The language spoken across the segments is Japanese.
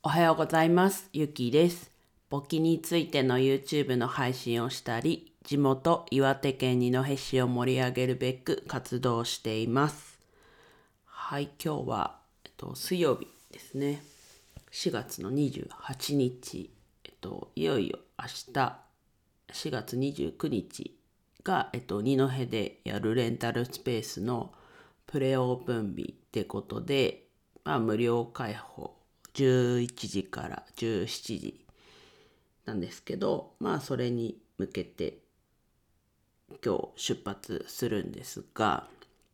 おはようございます。ゆきです。簿記についての YouTube の配信をしたり、地元岩手県二戸市を盛り上げるべく活動しています。はい、今日は、水曜日ですね。4月の28日、いよいよ明日、4月29日が、二戸でやるレンタルスペースのプレオープン日ってことで、無料開放11時から17時なんですけど、それに向けて今日出発するんですが、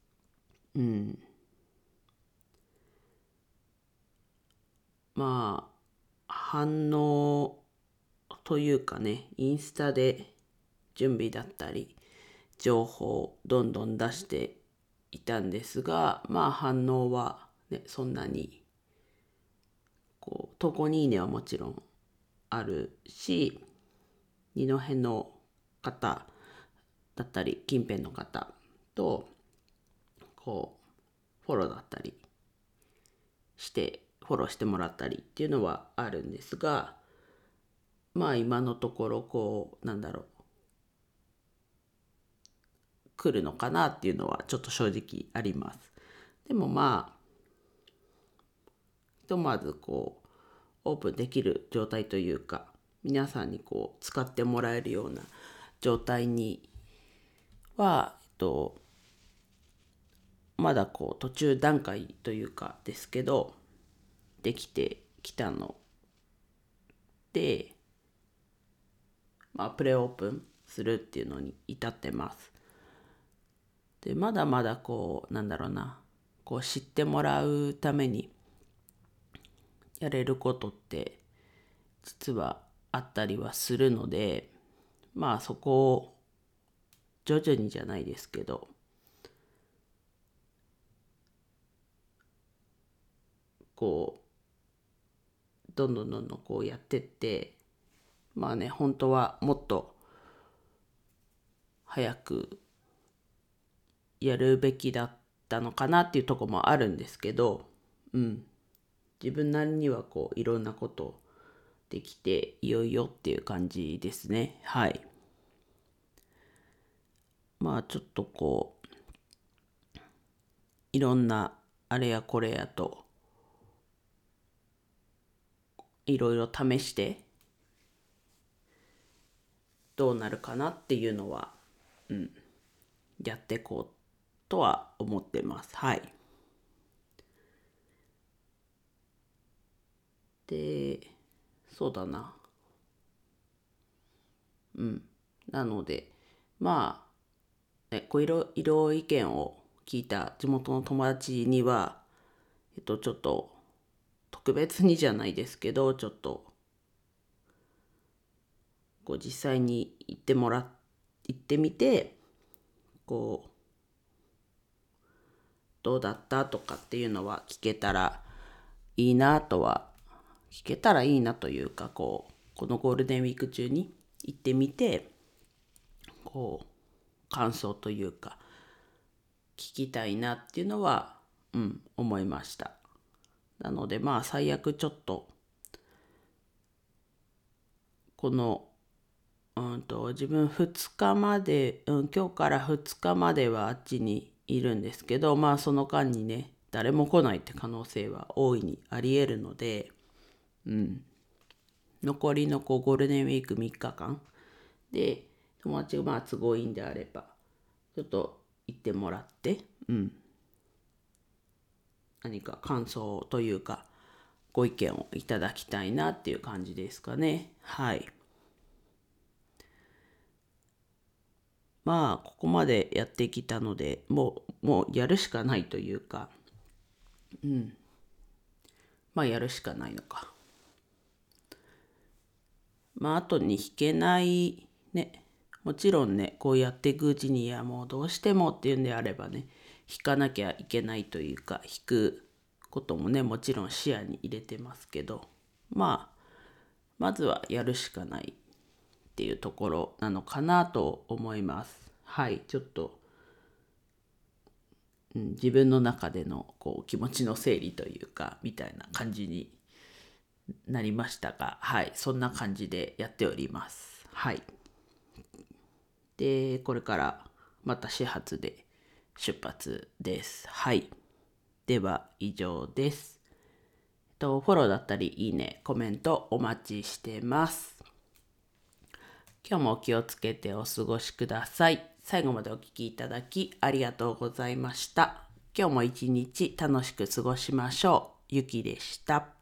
反応というかね、インスタで準備だったり情報をどんどん出していたんですが、反応はね、そんなに投稿にいいねはもちろんあるし、二戸の方だったり近辺の方とフォローだったりしてフォローしてもらったりっていうのはあるんですが、今のところ来るのかなっていうのはちょっと正直あります。でもひとまずオープンできる状態というか、皆さんに使ってもらえるような状態には、まだ途中段階というかですけど、できてきたので、プレオープンするっていうのに至ってます。で、まだまだ知ってもらうためにやれることって実はあったりはするので、そこを徐々にじゃないですけど、どんどんやってって、本当はもっと早くやるべきだったのかなっていうところもあるんですけど、自分なりにはいろんなことできていよいよっていう感じですね。はい。ちょっといろんなあれやこれやといろいろ試してどうなるかなっていうのは、やっていこうとは思ってます。はい。で、そうだな。なので、いろいろ意見を聞いた地元の友達には、ちょっと特別にじゃないですけど、ちょっと実際に行ってみて、どうだったとかっていうのはいいなとは、聞けたらいいなというか、このゴールデンウィーク中に行ってみて、感想というか、聞きたいなっていうのは、思いました。なので最悪ちょっと、この自分2日まで、今日から2日まではあっちにいるんですけど、その間にね、誰も来ないって可能性は大いにあり得るので、残りのゴールデンウィーク3日間で、友達が都合いいんであれば、ちょっと行ってもらって、何か感想というか、ご意見をいただきたいなっていう感じですかね。はい。ここまでやってきたので、もうやるしかないというか、やるしかないのか。後に引けないね、もちろんね、こうやっていくうちに、もうどうしてもっていうんであればね、引かなきゃいけないというか、引くこともね、もちろん視野に入れてますけど、まずはやるしかないっていうところなのかなと思います。はい、ちょっと、自分の中での気持ちの整理というかみたいな感じになりましたが、はい、そんな感じでやっております。はい。で、これからまた始発で出発です。はい。では以上です。フォローだったりいいね、コメントお待ちしてます。今日もお気をつけてお過ごしください。最後までお聞きいただきありがとうございました。今日も一日楽しく過ごしましょう。ゆきでした。